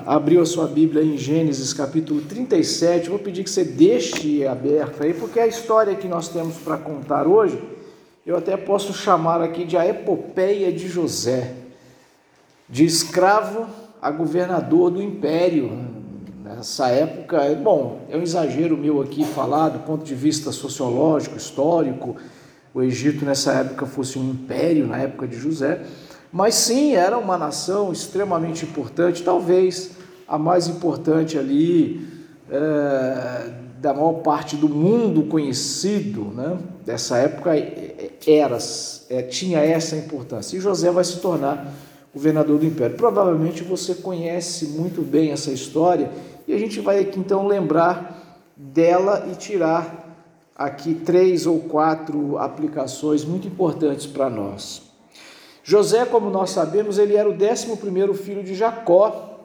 abriu a sua Bíblia em Gênesis capítulo 37, vou pedir que você deixe aberto aí, porque a história que nós temos para contar hoje, eu até posso chamar aqui de a epopeia de José, de escravo a governador do império. Nessa época, bom, é um exagero meu aqui falar do ponto de vista sociológico, histórico, o Egito nessa época fosse um império, na época de José, mas sim, era uma nação extremamente importante, talvez a mais importante ali da maior parte do mundo conhecido, né? Dessa época tinha essa importância, e José vai se tornar governador do império. Provavelmente você conhece muito bem essa história, e a gente vai aqui então lembrar dela e tirar aqui 3 ou 4 aplicações muito importantes para nós. José, como nós sabemos, ele era o 11º filho de Jacó.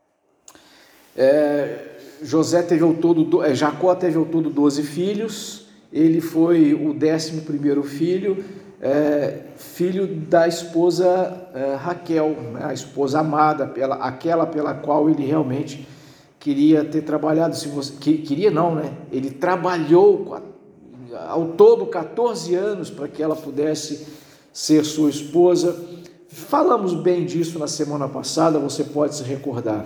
Jacó teve ao todo 12 filhos, ele foi o 11º filho, filho da esposa Raquel, né, a esposa amada, aquela pela qual ele realmente queria ter trabalhado. Queria não, né? Ele trabalhou ao todo 14 anos para que ela pudesse ser sua esposa. Falamos bem disso na semana passada, você pode se recordar.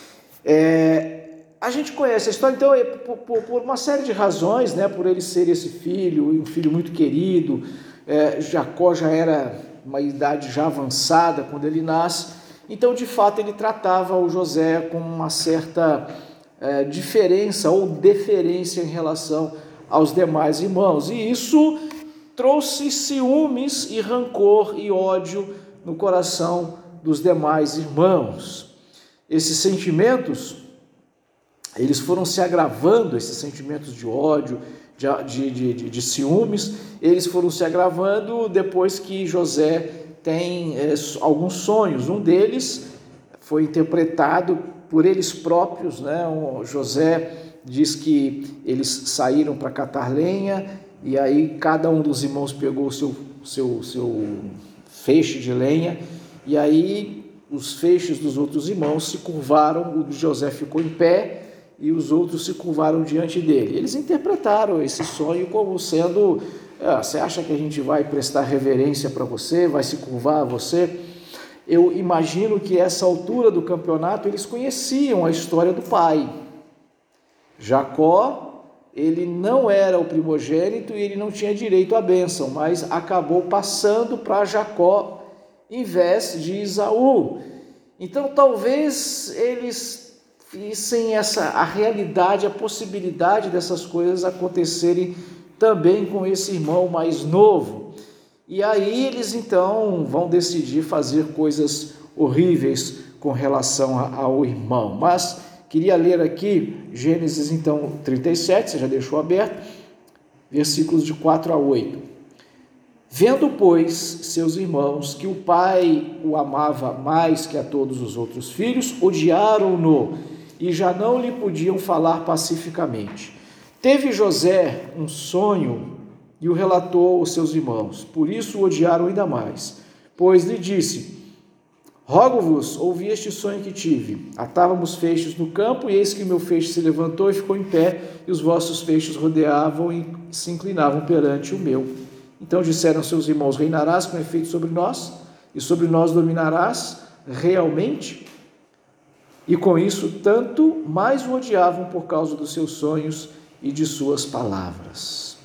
A gente conhece a história, então, por uma série de razões, né? Por ele ser esse filho, um filho muito querido. Jacó já era uma idade já avançada quando ele nasce, então de fato ele tratava o José com uma certa diferença ou deferência em relação aos demais irmãos, e isso trouxe ciúmes e rancor e ódio no coração dos demais irmãos. Esses sentimentos, eles foram se agravando, esses sentimentos de ódio, de ciúmes, eles foram se agravando depois que José tem alguns sonhos. Um deles foi interpretado por eles próprios, né? José diz que eles saíram para catar lenha, e aí cada um dos irmãos pegou o seu feixe de lenha, e aí os feixes dos outros irmãos se curvaram, o de José ficou em pé, e os outros se curvaram diante dele. Eles interpretaram esse sonho como sendo: você acha que a gente vai prestar reverência para você, vai se curvar a você? Eu imagino que a essa altura do campeonato eles conheciam a história do pai. Jacó, ele não era o primogênito e ele não tinha direito à bênção, mas acabou passando para Jacó em vez de Esaú. Então talvez eles vissem a realidade, a possibilidade dessas coisas acontecerem também com esse irmão mais novo. E aí eles então vão decidir fazer coisas horríveis com relação ao irmão. Mas queria ler aqui Gênesis então 37, você já deixou aberto, versículos de 4 a 8. Vendo, pois, seus irmãos que o pai o amava mais que a todos os outros filhos, odiaram-no e já não lhe podiam falar pacificamente. Teve José um sonho e o relatou aos seus irmãos, por isso o odiaram ainda mais, pois lhe disse: rogo-vos, ouvi este sonho que tive. Atávamos feixes no campo, e eis que o meu feixe se levantou e ficou em pé, e os vossos feixes rodeavam e se inclinavam perante o meu. Então disseram seus irmãos: reinarás com efeito sobre nós, e sobre nós dominarás realmente? E com isso, tanto mais o odiavam por causa dos seus sonhos e de suas palavras.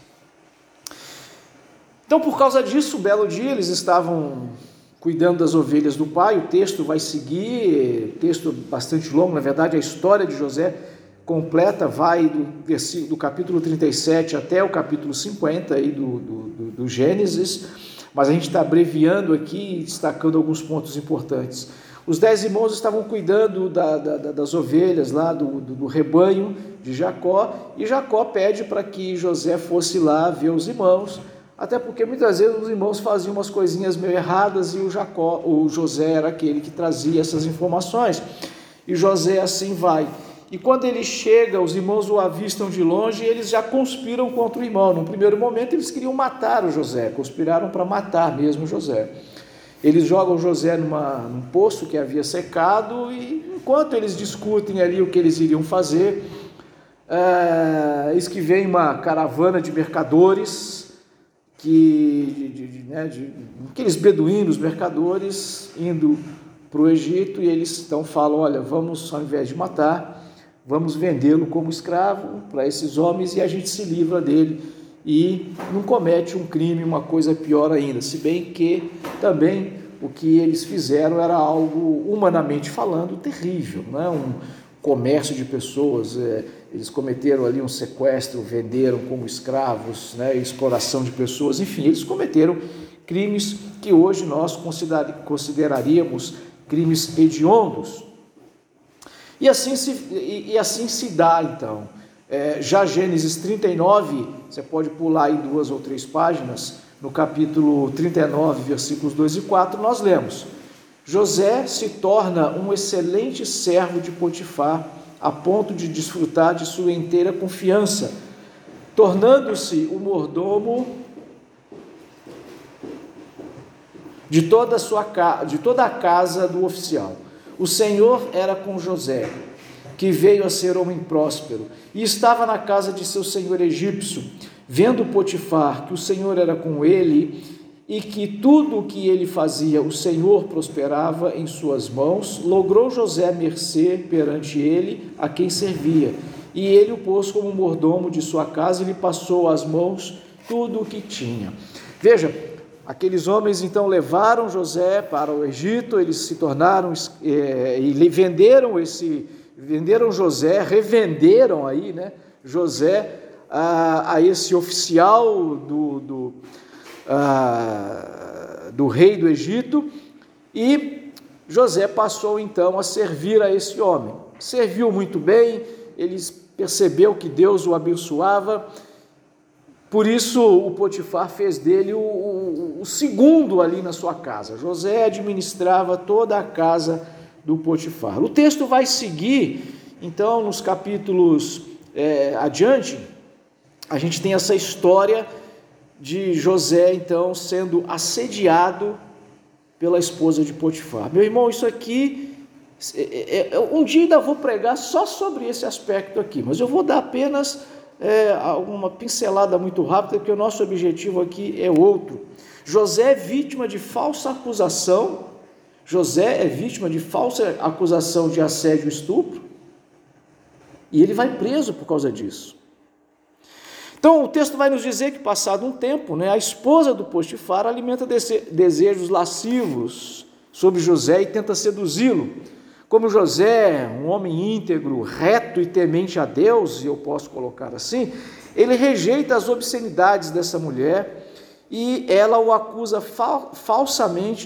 Então, por causa disso, um belo dia, eles estavam cuidando das ovelhas do pai. O texto vai seguir, texto bastante longo, na verdade, a história de José completa vai do capítulo 37 até o capítulo 50 aí do Gênesis, mas a gente está abreviando aqui e destacando alguns pontos importantes. Os 10 irmãos estavam cuidando das ovelhas lá, do rebanho de Jacó, e Jacó pede para que José fosse lá ver os irmãos, até porque muitas vezes os irmãos faziam umas coisinhas meio erradas e o José era aquele que trazia essas informações, e José assim vai. E quando ele chega, os irmãos o avistam de longe e eles já conspiram contra o irmão. No primeiro momento eles queriam matar o José, conspiraram para matar mesmo José. Eles jogam José num poço que havia secado, e enquanto eles discutem ali o que eles iriam fazer, eis que vem uma caravana de mercadores, aqueles beduínos mercadores indo para o Egito, e eles então falam: olha, vamos, ao invés de matar, vamos vendê-lo como escravo para esses homens e a gente se livra dele e não comete um crime, uma coisa pior ainda. Se bem que também o que eles fizeram era algo, humanamente falando, terrível, né? Um comércio de pessoas, eles cometeram ali um sequestro, venderam como escravos, né? Exploração de pessoas, enfim, eles cometeram crimes que hoje nós consideraríamos crimes hediondos. E assim se dá, então. Já Gênesis 39, você pode pular aí 2 ou 3 páginas, no capítulo 39, versículos 2 e 4, nós lemos: José se torna um excelente servo de Potifar, a ponto de desfrutar de sua inteira confiança, tornando-se o mordomo de toda a casa do oficial. O Senhor era com José, que veio a ser homem próspero, e estava na casa de seu senhor egípcio. Vendo Potifar que o Senhor era com ele, e que tudo o que ele fazia, o Senhor prosperava em suas mãos, logrou José mercê perante ele, a quem servia. E ele o pôs como mordomo de sua casa, e lhe passou às mãos tudo o que tinha. Veja, aqueles homens então levaram José para o Egito, eles se tornaram, e venderam José, revenderam aí, né, José a esse oficial do rei do Egito, e José passou então a servir a esse homem. Serviu muito bem, ele percebeu que Deus o abençoava. Por isso o Potifar fez dele o segundo ali na sua casa. José administrava toda a casa do Potifar. O texto vai seguir, então, nos capítulos adiante, a gente tem essa história de José, então, sendo assediado pela esposa de Potifar. Meu irmão, isso aqui, um dia ainda vou pregar só sobre esse aspecto aqui, mas eu vou dar apenas uma pincelada muito rápida, porque o nosso objetivo aqui é outro. José é vítima de falsa acusação. José é vítima de falsa acusação de assédio e estupro, e ele vai preso por causa disso. Então o texto vai nos dizer que, passado um tempo, né, a esposa do Potifar alimenta desejos lascivos sobre José e tenta seduzi-lo. Como José, um homem íntegro, reto e temente a Deus, e eu posso colocar assim, ele rejeita as obscenidades dessa mulher, e ela o acusa falsamente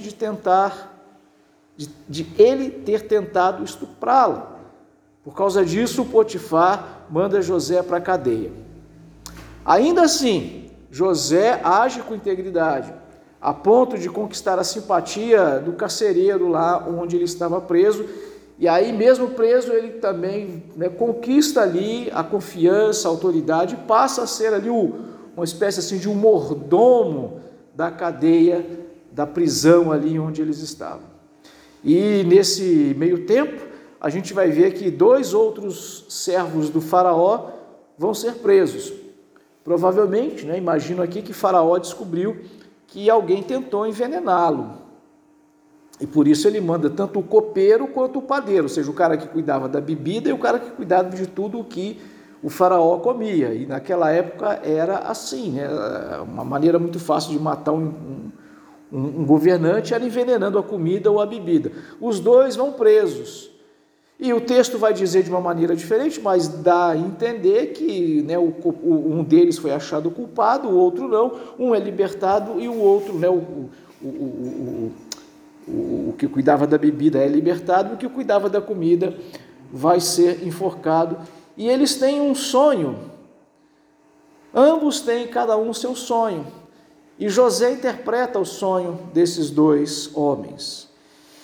de ele ter tentado estuprá-la. Por causa disso, o Potifar manda José para a cadeia. Ainda assim, José age com integridade, a ponto de conquistar a simpatia do carcereiro lá onde ele estava preso. E aí, mesmo preso, ele também, né, conquista ali a confiança, a autoridade, e passa a ser ali uma espécie assim de um mordomo da cadeia, da prisão ali onde eles estavam. E nesse meio tempo, a gente vai ver que 2 outros servos do faraó vão ser presos. Provavelmente, né, imagino aqui que Faraó descobriu que alguém tentou envenená-lo. E por isso ele manda tanto o copeiro quanto o padeiro, ou seja, o cara que cuidava da bebida e o cara que cuidava de tudo o que o faraó comia. E naquela época era assim, né? Uma maneira muito fácil de matar um governante era envenenando a comida ou a bebida. Os 2 vão presos. E o texto vai dizer de uma maneira diferente, mas dá a entender que, né, um deles foi achado culpado, o outro não. Um é libertado e o outro, né, o que cuidava da bebida é libertado, o que cuidava da comida vai ser enforcado. E eles têm um sonho. Ambos têm cada um seu sonho. E José interpreta o sonho desses 2 homens.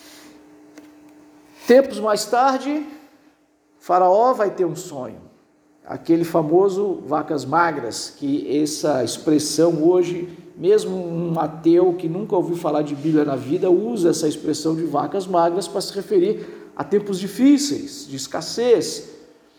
Tempos mais tarde, Faraó vai ter um sonho, aquele famoso vacas magras, que essa expressão hoje mesmo um ateu que nunca ouviu falar de Bíblia na vida, usa essa expressão de vacas magras para se referir a tempos difíceis, de escassez.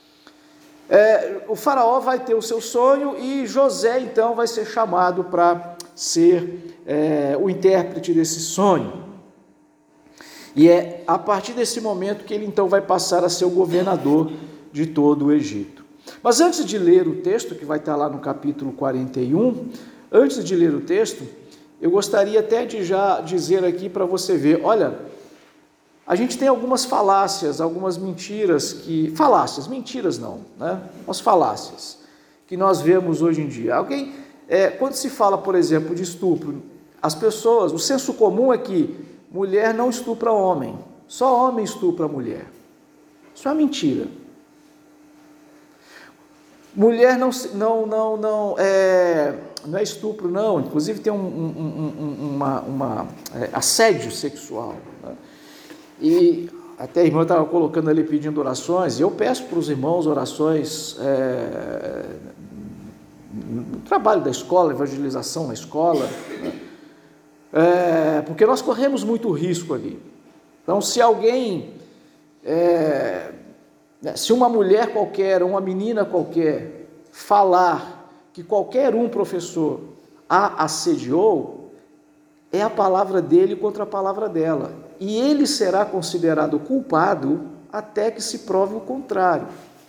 O faraó vai ter o seu sonho e José então vai ser chamado para ser o intérprete desse sonho. E é a partir desse momento que ele então vai passar a ser o governador de todo o Egito. Mas antes de ler o texto, que vai estar lá no capítulo 41, antes de ler o texto, eu gostaria até de já dizer aqui para você ver, olha, a gente tem algumas falácias, algumas mentiras mentiras não, né? Umas falácias que nós vemos hoje em dia. Quando se fala, por exemplo, de estupro, as pessoas, o senso comum é que mulher não estupra homem, só homem estupra mulher. Isso é uma mentira. Mulher não é estupro, não. Inclusive tem assédio sexual, né? E até a irmã estava colocando ali pedindo orações, e eu peço para os irmãos orações no trabalho da escola, evangelização na escola, né? Porque nós corremos muito risco ali. Então, se alguém, se uma mulher qualquer, uma menina qualquer, falar que qualquer professor a assediou, é a palavra dele contra a palavra dela. E ele será considerado culpado até que se prove o contrário.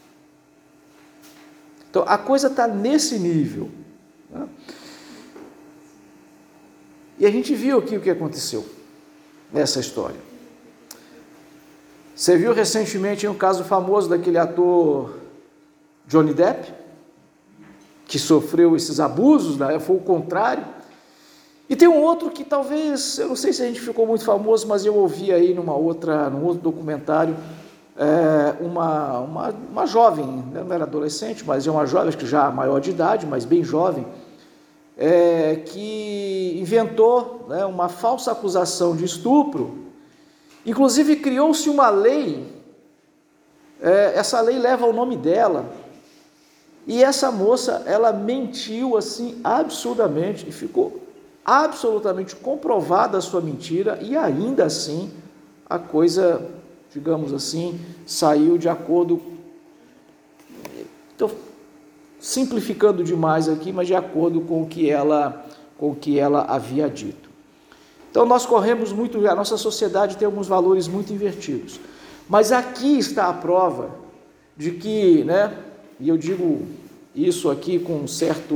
Então, a coisa está nesse nível, né? E a gente viu aqui o que aconteceu nessa história. Você viu recentemente um caso famoso daquele ator Johnny Depp, que sofreu esses abusos, né? Foi o contrário. E tem um outro que talvez, eu não sei se a gente ficou muito famoso, mas eu ouvi aí num outro documentário, uma jovem, não era adolescente, mas é uma jovem, acho que já maior de idade, mas bem jovem, que inventou, né, uma falsa acusação de estupro. Inclusive criou-se uma lei, essa lei leva o nome dela, e essa moça, ela mentiu assim absurdamente, e ficou absolutamente comprovada a sua mentira, e ainda assim a coisa, digamos assim, saiu de acordo, estou simplificando demais aqui, mas de acordo com o que ela havia dito. Então nós corremos muito, a nossa sociedade tem alguns valores muito invertidos, mas aqui está a prova de que, né, e eu digo isso aqui com um certo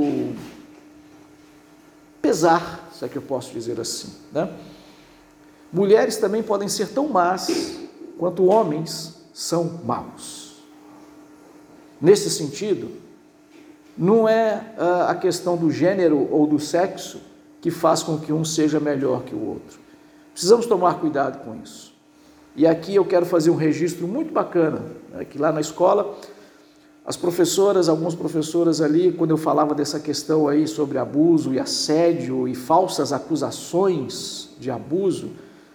pesar, se é que eu posso dizer assim, né? Mulheres também podem ser tão más quanto homens são maus. Nesse sentido, não é a questão do gênero ou do sexo que faz com que um seja melhor que o outro. Precisamos tomar cuidado com isso. E aqui eu quero fazer um registro muito bacana, né, que lá na escola, as professoras, algumas professoras ali, quando eu falava dessa questão aí sobre abuso e assédio e falsas acusações de abuso,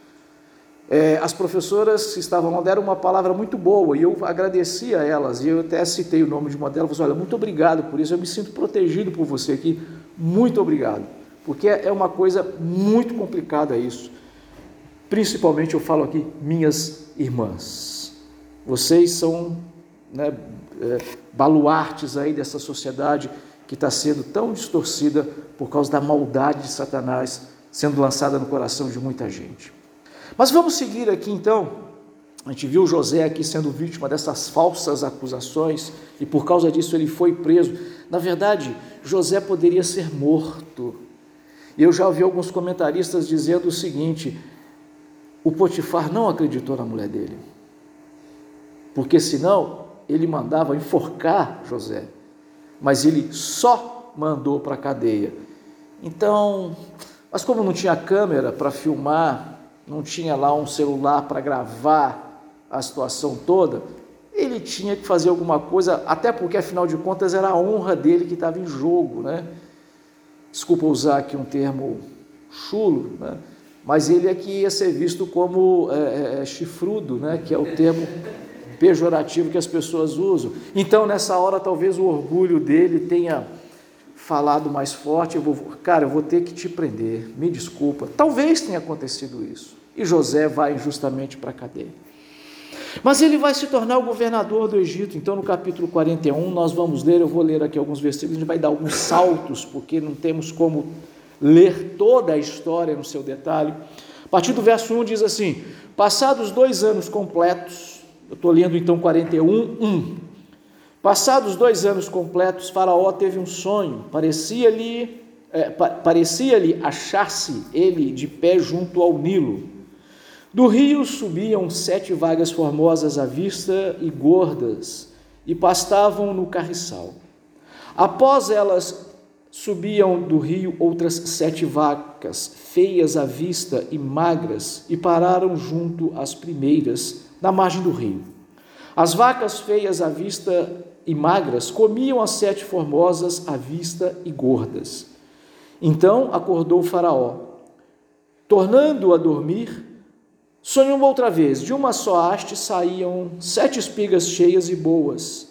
as professoras que estavam lá deram uma palavra muito boa e eu agradeci a elas, e eu até citei o nome de uma delas, falei, olha, muito obrigado por isso, eu me sinto protegido por você aqui, muito obrigado, porque é uma coisa muito complicada isso, principalmente eu falo aqui, minhas irmãs, vocês são, né, baluartes aí dessa sociedade que está sendo tão distorcida por causa da maldade de Satanás sendo lançada no coração de muita gente. Mas vamos seguir aqui então. A gente viu José aqui sendo vítima dessas falsas acusações e por causa disso ele foi preso. Na verdade, José poderia ser morto. E eu já ouvi alguns comentaristas dizendo o seguinte: o Potifar não acreditou na mulher dele, porque senão ele mandava enforcar José, mas ele só mandou para a cadeia. Então, mas como não tinha câmera para filmar, não tinha lá um celular para gravar a situação toda, ele tinha que fazer alguma coisa, até porque afinal de contas era a honra dele que estava em jogo, né? Desculpa usar aqui um termo chulo, né? Mas ele é que ia ser visto como chifrudo, né? Que é o termo pejorativo que as pessoas usam. Então nessa hora talvez o orgulho dele tenha falado mais forte, eu vou ter que te prender, me desculpa. Talvez tenha acontecido isso. E José vai injustamente para a cadeia. Mas ele vai se tornar o governador do Egito. Então, no capítulo 41, nós vamos ler, eu vou ler aqui alguns versículos, a gente vai dar alguns saltos, porque não temos como ler toda a história no seu detalhe. A partir do verso 1 diz assim: passados 2 anos completos, eu estou lendo então 41:1. Passados 2 anos completos, Faraó teve um sonho, parecia-lhe achar-se ele de pé junto ao Nilo. Do rio subiam 7 vagas formosas à vista e gordas, e pastavam no carriçal. Após elas subiam do rio outras 7 vacas, feias à vista e magras, e pararam junto às primeiras, na margem do rio. As vacas feias à vista e magras comiam as 7 formosas à vista e gordas. Então acordou Faraó. Tornando a dormir, sonhou outra vez. De uma só haste saíam 7 espigas cheias e boas,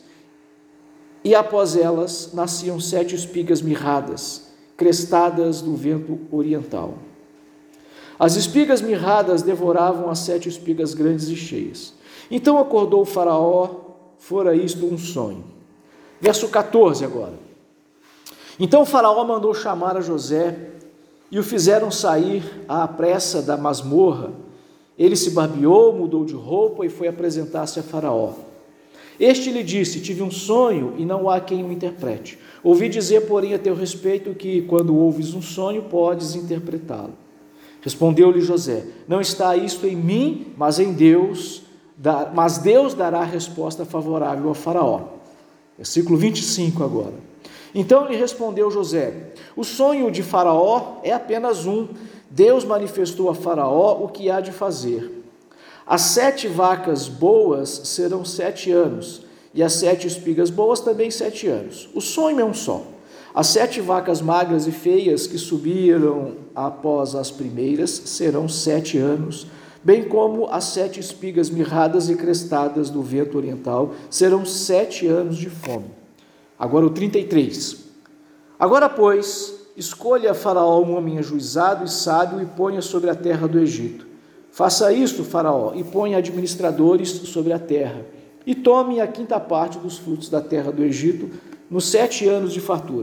e após elas nasciam 7 espigas mirradas, crestadas do vento oriental. As espigas mirradas devoravam as 7 espigas grandes e cheias. Então acordou o Faraó, fora isto um sonho. Verso 14 agora. Então o Faraó mandou chamar a José, e o fizeram sair à pressa da masmorra. Ele se barbeou, mudou de roupa e foi apresentar-se a Faraó. Este lhe disse: tive um sonho e não há quem o interprete. Ouvi dizer, porém, a teu respeito que, quando ouves um sonho, podes interpretá-lo. Respondeu-lhe José: não está isto em mim, mas em Deus, mas Deus dará resposta favorável a Faraó. Versículo 25 agora. Então lhe respondeu José: o sonho de Faraó é apenas um. Deus manifestou a Faraó o que há de fazer. As 7 vacas boas serão 7 anos, e as 7 espigas boas também 7 anos. O sonho é um só. As 7 vacas magras e feias que subiram após as primeiras serão 7 anos, bem como as 7 espigas mirradas e crestadas do vento oriental serão 7 anos de fome. Agora o 33. Agora, pois, escolha Faraó um homem ajuizado e sábio e ponha sobre a terra do Egito. Faça isto, Faraó, e ponha administradores sobre a terra. E tome a 5ª parte dos frutos da terra do Egito nos 7 anos de fartura.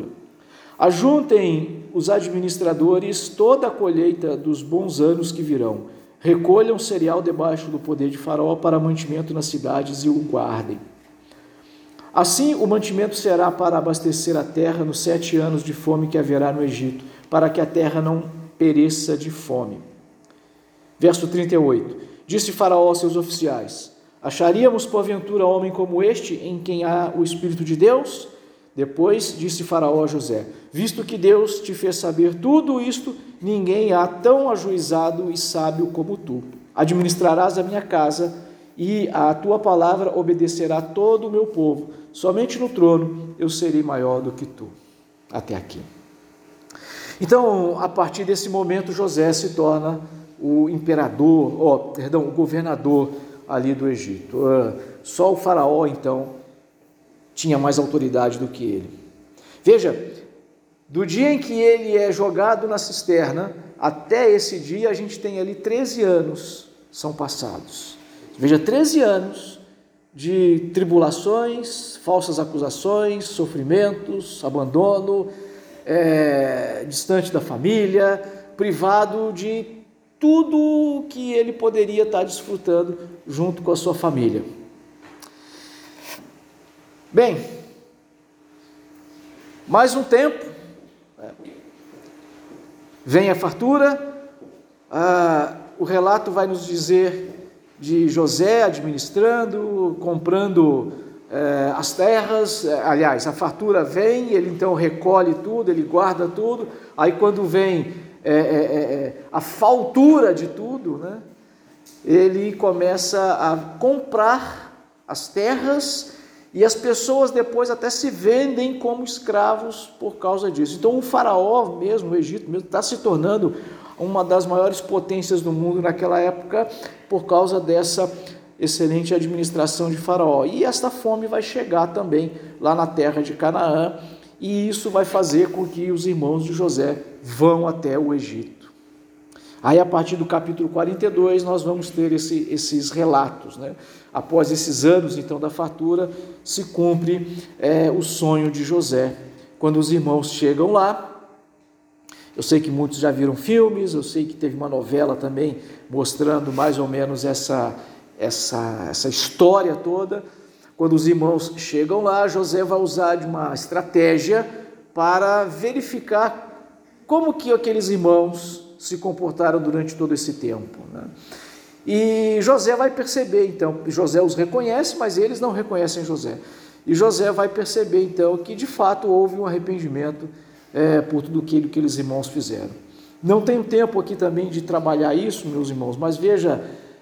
Ajuntem os administradores toda a colheita dos bons anos que virão. Recolham cereal debaixo do poder de Faraó para mantimento nas cidades e o guardem. Assim, o mantimento será para abastecer a terra nos 7 anos de fome que haverá no Egito, para que a terra não pereça de fome. Verso 38. Disse Faraó aos seus oficiais: acharíamos porventura homem como este, em quem há o Espírito de Deus? Depois disse Faraó a José: visto que Deus te fez saber tudo isto, ninguém há tão ajuizado e sábio como tu. Administrarás a minha casa, e a tua palavra obedecerá todo o meu povo. Somente no trono eu serei maior do que tu. Até aqui. Então, a partir desse momento, José se torna o o governador ali do Egito. Só o Faraó, então, tinha mais autoridade do que ele. Veja, do dia em que ele é jogado na cisterna até esse dia, a gente tem ali 13 anos são passados. Veja, 13 anos de tribulações, falsas acusações, sofrimentos, abandono, distante da família, privado de tudo que ele poderia estar desfrutando junto com a sua família. Bem, mais um tempo, vem a fartura, o relato vai nos dizer de José administrando, comprando as terras, aliás, a fartura vem, ele então recolhe tudo, ele guarda tudo, aí quando vem a faltura de tudo, né, ele começa a comprar as terras e as pessoas depois até se vendem como escravos por causa disso. Então o Faraó mesmo, o Egito mesmo, está se tornando uma das maiores potências do mundo naquela época por causa dessa excelente administração de Faraó. E esta fome vai chegar também lá na terra de Canaã e isso vai fazer com que os irmãos de José vão até o Egito. Aí, a partir do capítulo 42, nós vamos ter esses relatos, né? Após esses anos, então, da fartura, se cumpre o sonho de José. Quando os irmãos chegam lá, eu sei que muitos já viram filmes, eu sei que teve uma novela também mostrando mais ou menos essa história toda. Quando os irmãos chegam lá, José vai usar de uma estratégia para verificar como que aqueles irmãos se comportaram durante todo esse tempo, né? E José vai perceber, então, José os reconhece, mas eles não reconhecem José. E José vai perceber, então, que de fato houve um arrependimento por tudo aquilo que aqueles irmãos fizeram. Não tenho tempo aqui também de trabalhar isso, meus irmãos, mas veja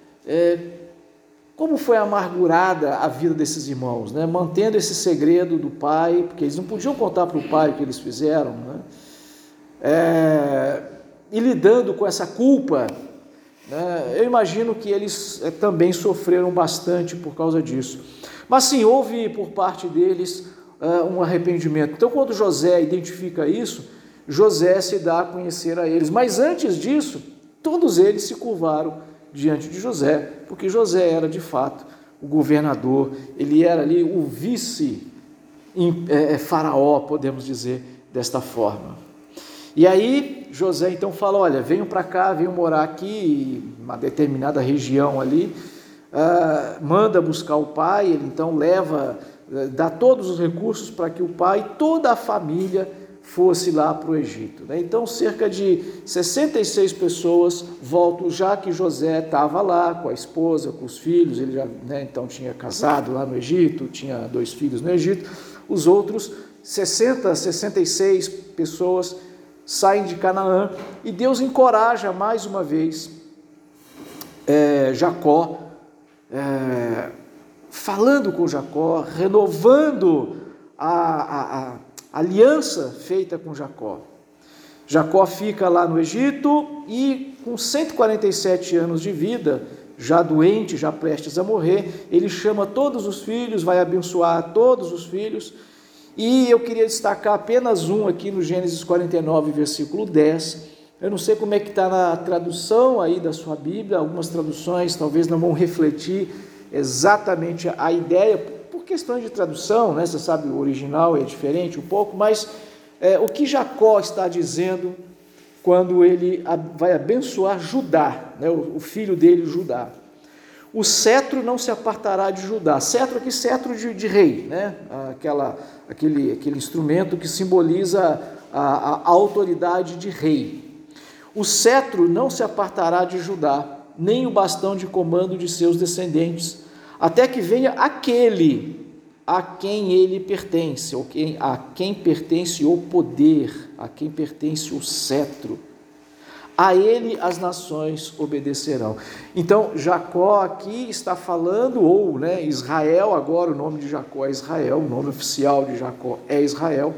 como foi amargurada a vida desses irmãos, né? Mantendo esse segredo do pai, porque eles não podiam contar para o pai o que eles fizeram, né? E lidando com essa culpa, né? Eu imagino que eles também sofreram bastante por causa disso. Mas sim, houve por parte deles um arrependimento. Então, quando José identifica isso, José se dá a conhecer a eles. Mas antes disso, todos eles se curvaram diante de José, porque José era de fato o governador, ele era ali o vice-faraó, podemos dizer desta forma. E aí José então fala, olha, venham para cá, venham morar aqui, uma determinada região ali, manda buscar o pai, ele então dá todos os recursos para que o pai e toda a família fosse lá para o Egito, né? Então cerca de 66 pessoas voltam, já que José estava lá com a esposa, com os filhos, ele já, né, então tinha casado lá no Egito, tinha 2 filhos no Egito, os outros 66 pessoas saem de Canaã, e Deus encoraja mais uma vez Jacó, falando com Jacó, renovando a aliança feita com Jacó. Jacó fica lá no Egito e com 147 anos de vida, já doente, já prestes a morrer, ele chama todos os filhos, vai abençoar todos os filhos. E eu queria destacar apenas um aqui no Gênesis 49, versículo 10. Eu não sei como é que está na tradução aí da sua Bíblia, algumas traduções talvez não vão refletir exatamente a ideia, por questões de tradução, né? Você sabe, o original é diferente um pouco, mas o que Jacó está dizendo quando ele vai abençoar Judá, né? O filho dele, Judá. O cetro não se apartará de Judá. Cetro aqui, cetro de rei, né? Aquele instrumento que simboliza a autoridade de rei. O cetro não se apartará de Judá, nem o bastão de comando de seus descendentes, até que venha aquele a quem ele pertence, ou a quem pertence o poder, a quem pertence o cetro. A ele as nações obedecerão. Então, Jacó aqui está falando, ou Israel, agora o nome de Jacó é Israel, o nome oficial de Jacó é Israel.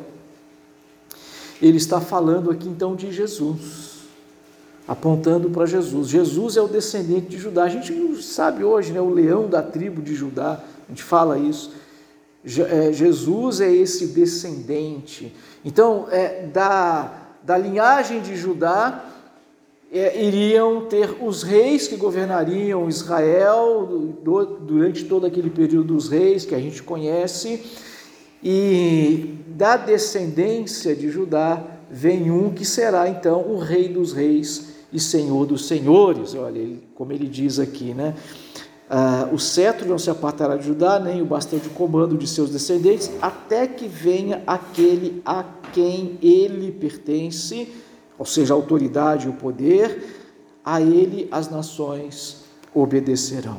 Ele está falando aqui então de Jesus, apontando para Jesus. Jesus é o descendente de Judá. A gente sabe hoje, o leão da tribo de Judá, a gente fala isso. Jesus é esse descendente. Então, da linhagem de Judá, iriam ter os reis que governariam Israel durante todo aquele período dos reis que a gente conhece, e da descendência de Judá vem um que será então o rei dos reis e senhor dos senhores. Olha, como ele diz aqui, o cetro não se apartará de Judá, nem o bastão de comando de seus descendentes, até que venha aquele a quem ele pertence, ou seja, a autoridade e o poder, a ele as nações obedecerão.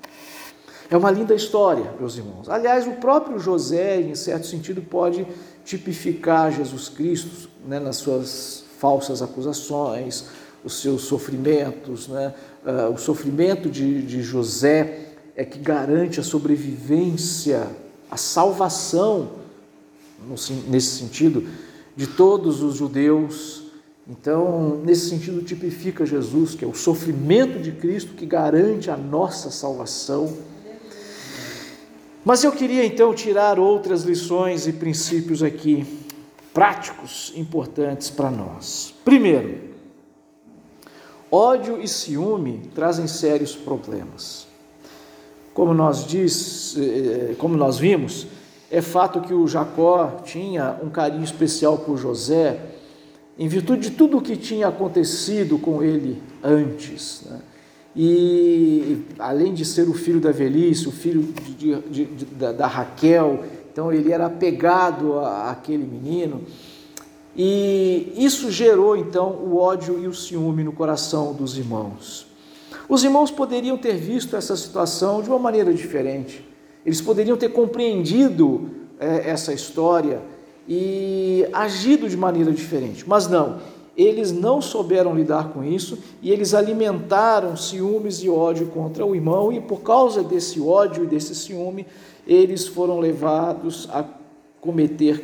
É uma linda história, meus irmãos. Aliás, o próprio José, em certo sentido, pode tipificar Jesus Cristo, nas suas falsas acusações, os seus sofrimentos. O sofrimento de José é que garante a sobrevivência, a salvação, nesse sentido, de todos os judeus. Então, nesse sentido, tipifica Jesus, que é o sofrimento de Cristo que garante a nossa salvação. Mas eu queria então tirar outras lições e princípios aqui. práticos importantes para nós. Primeiro, ódio e ciúme trazem sérios problemas. Como nós vimos, é fato que o Jacó tinha um carinho especial por José, em virtude de tudo o que tinha acontecido com ele antes, né? E além de ser o filho da velhice, o filho da Raquel, então ele era apegado àquele menino, e isso gerou então o ódio e o ciúme no coração dos irmãos. Os irmãos poderiam ter visto essa situação de uma maneira diferente, eles poderiam ter compreendido essa história e agido de maneira diferente, mas não, eles não souberam lidar com isso e eles alimentaram ciúmes e ódio contra o irmão, e por causa desse ódio e desse ciúme, eles foram levados a cometer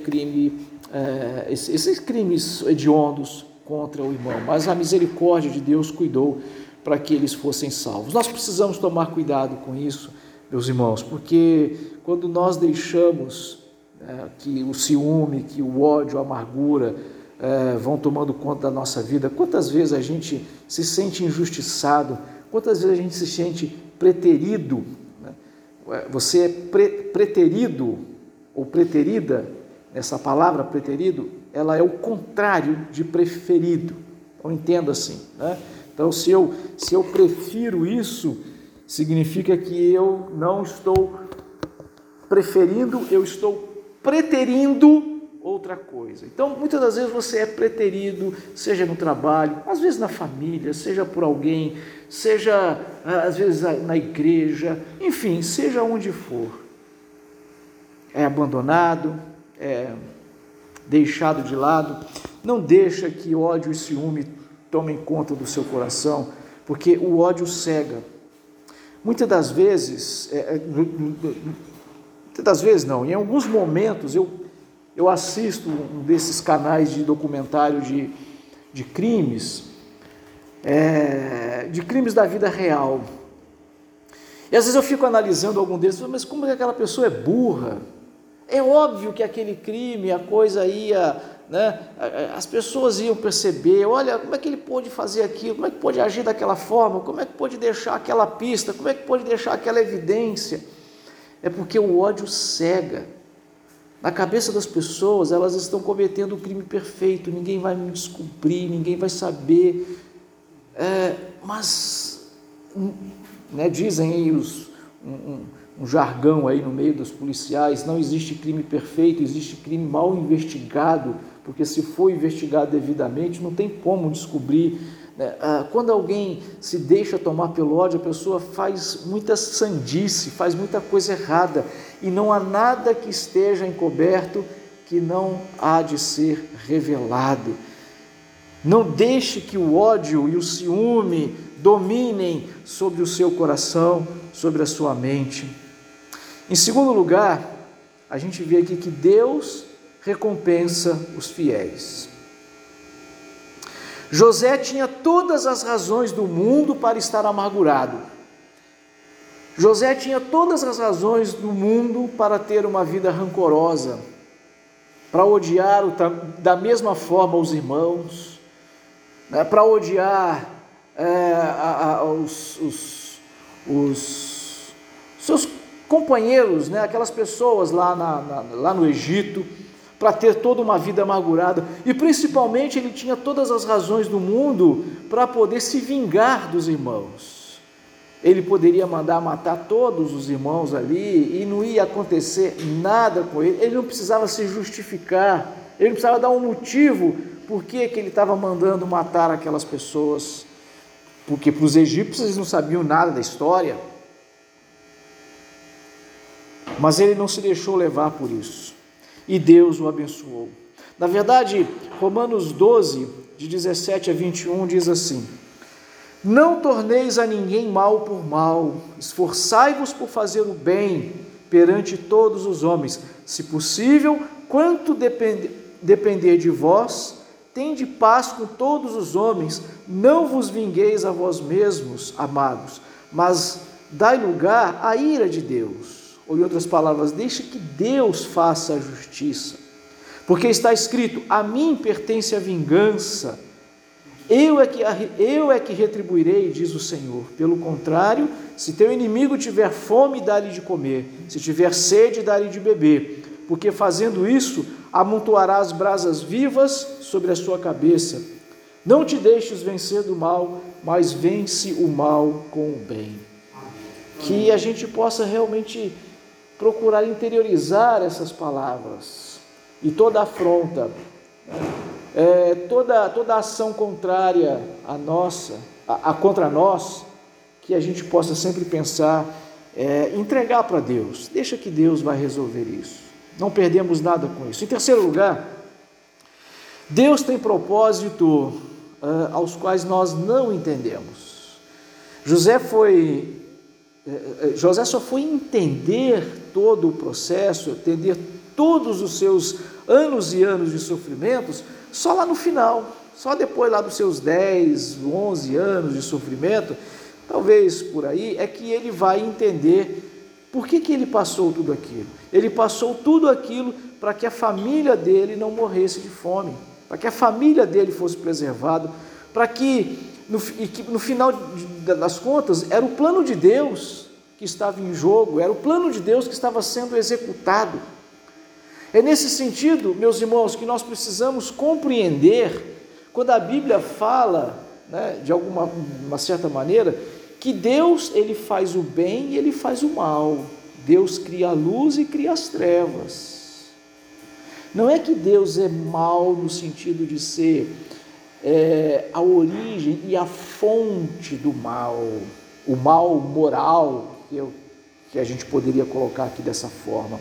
esses crimes hediondos contra o irmão, mas a misericórdia de Deus cuidou para que eles fossem salvos. Nós precisamos tomar cuidado com isso, meus irmãos, porque quando nós deixamos que o ciúme, que o ódio, a amargura vão tomando conta da nossa vida, quantas vezes a gente se sente injustiçado, quantas vezes a gente se sente preterido, né? Você é preterido ou preterida, essa palavra preterido, ela é o contrário de preferido, então entenda assim, né? Então se eu prefiro isso, significa que eu não estou preferindo, eu estou preterindo outra coisa. Então, muitas das vezes você é preterido, seja no trabalho, às vezes na família, seja por alguém, seja às vezes na igreja, enfim, seja onde for. É abandonado, é deixado de lado. Não deixa que ódio e ciúme tomem conta do seu coração, porque o ódio cega. Muitas das vezes não, em alguns momentos eu assisto um desses canais de documentário de crimes da vida real. E às vezes eu fico analisando algum deles, mas como é que aquela pessoa é burra? É óbvio que aquele crime, a coisa ia, né? As pessoas iam perceber, olha, como é que ele pôde fazer aquilo, como é que pôde agir daquela forma, como é que pôde deixar aquela pista, como é que pôde deixar aquela evidência? É porque o ódio cega. Na cabeça das pessoas, elas estão cometendo o crime perfeito, ninguém vai me descobrir, ninguém vai saber, mas, né, dizem aí um jargão aí no meio dos policiais, não existe crime perfeito, existe crime mal investigado, porque se for investigado devidamente, não tem como descobrir. Quando alguém se deixa tomar pelo ódio, a pessoa faz muita sandice, faz muita coisa errada, e não há nada que esteja encoberto que não há de ser revelado. Não deixe que o ódio e o ciúme dominem sobre o seu coração, sobre a sua mente. Em segundo lugar, a gente vê aqui que Deus recompensa os fiéis. José tinha todas as razões do mundo para estar amargurado. José tinha todas as razões do mundo para ter uma vida rancorosa, para odiar da mesma forma os irmãos, né, para odiar os seus companheiros, né, aquelas pessoas lá no Egito, para ter toda uma vida amargurada, e principalmente ele tinha todas as razões do mundo para poder se vingar dos irmãos. Ele poderia mandar matar todos os irmãos ali e não ia acontecer nada com ele, ele não precisava se justificar, ele não precisava dar um motivo por que ele estava mandando matar aquelas pessoas, porque para os egípcios eles não sabiam nada da história, mas ele não se deixou levar por isso. E Deus o abençoou. Na verdade, Romanos 12, de 17 a 21, diz assim: não torneis a ninguém mal por mal, esforçai-vos por fazer o bem perante todos os homens. Se possível, quanto depender de vós, tende paz com todos os homens. Não vos vingueis a vós mesmos, amados, mas dai lugar à ira de Deus. Ou em outras palavras, deixe que Deus faça a justiça. Porque está escrito: a mim pertence a vingança, eu é que retribuirei, diz o Senhor. Pelo contrário, se teu inimigo tiver fome, dá-lhe de comer, se tiver sede, dá-lhe de beber, porque fazendo isso, amontoarás brasas vivas sobre a sua cabeça. Não te deixes vencer do mal, mas vence o mal com o bem. Que a gente possa realmente procurar interiorizar essas palavras. E toda afronta, toda ação contrária a nossa, contra nós, que a gente possa sempre pensar, entregar para Deus. Deixa que Deus vai resolver isso. Não perdemos nada com isso. Em terceiro lugar, Deus tem propósito aos quais nós não entendemos. José só foi entender todo o processo, entender todos os seus anos e anos de sofrimentos, só lá no final, só depois lá dos seus 10, 11 anos de sofrimento, talvez por aí, é que ele vai entender por que ele passou tudo aquilo. Ele passou tudo aquilo para que a família dele não morresse de fome, para que a família dele fosse preservada, para que no final das contas era o plano de Deus que estava em jogo, era o plano de Deus que estava sendo executado. É nesse sentido, meus irmãos, que nós precisamos compreender, quando a Bíblia fala, de uma certa maneira, que Deus, ele faz o bem e ele faz o mal. Deus cria a luz e cria as trevas. Não é que Deus é mal no sentido de ser a origem e a fonte do mal, o mal moral, que a gente poderia colocar aqui dessa forma.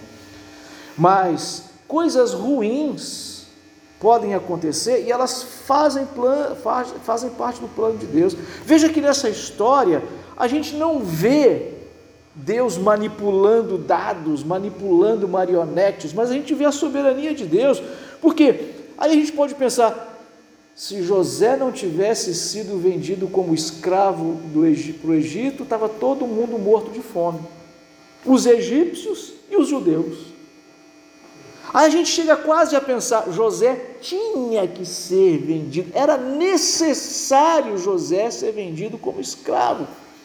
Mas coisas ruins podem acontecer e elas fazem parte do plano de Deus. Veja que nessa história a gente não vê Deus manipulando dados, manipulando marionetes, mas a gente vê a soberania de Deus. Porque aí a gente pode pensar, se José não tivesse sido vendido como escravo para o Egito, estava todo mundo morto de fome, os egípcios e os judeus. Aí a gente chega quase a pensar, José tinha que ser vendido, era necessário José ser vendido como escravo.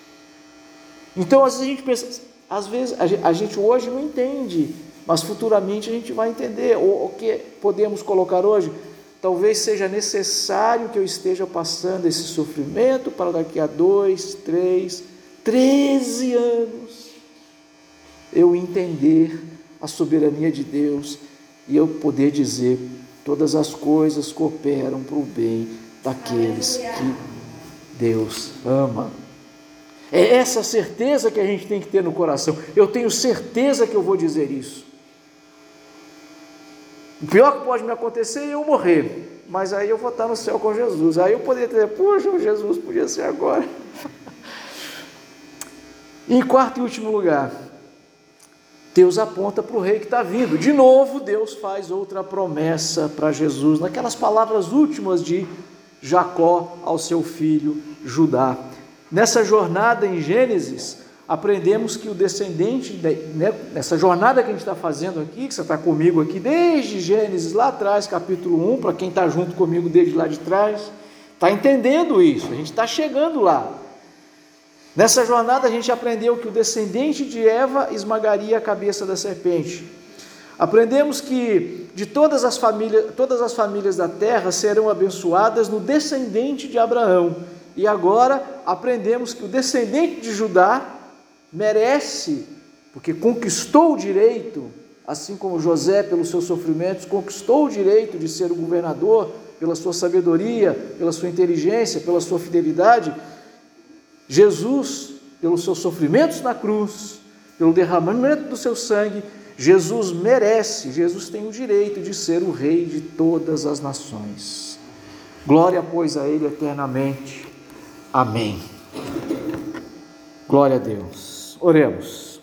Então, às vezes a gente pensa, a gente hoje não entende, mas futuramente a gente vai entender. O que podemos colocar hoje? Talvez seja necessário que eu esteja passando esse sofrimento para daqui a 2, 3, 13 anos eu entender a soberania de Deus e eu poder dizer: todas as coisas cooperam para o bem daqueles que Deus ama. É essa certeza que a gente tem que ter no coração. Eu tenho certeza que eu vou dizer isso. O pior que pode me acontecer é eu morrer, mas aí eu vou estar no céu com Jesus. Aí eu poderia dizer: poxa, Jesus podia ser agora. E em quarto e último lugar, Deus aponta para o rei que está vindo. De novo, Deus faz outra promessa para Jesus, naquelas palavras últimas de Jacó ao seu filho Judá. Nessa jornada em Gênesis, aprendemos que o descendente, nessa jornada que a gente está fazendo aqui, que você está comigo aqui desde Gênesis lá atrás, capítulo 1, para quem está junto comigo desde lá de trás, está entendendo isso, a gente está chegando lá. Nessa jornada a gente aprendeu que o descendente de Eva esmagaria a cabeça da serpente. Aprendemos que de todas as famílias da terra serão abençoadas no descendente de Abraão. E agora aprendemos que o descendente de Judá merece, porque conquistou o direito, assim como José, pelos seus sofrimentos, conquistou o direito de ser o governador, pela sua sabedoria, pela sua inteligência, pela sua fidelidade. Jesus, pelos seus sofrimentos na cruz, pelo derramamento do seu sangue, Jesus merece, Jesus tem o direito de ser o rei de todas as nações. Glória, pois, a Ele eternamente. Amém. Glória a Deus. Oremos.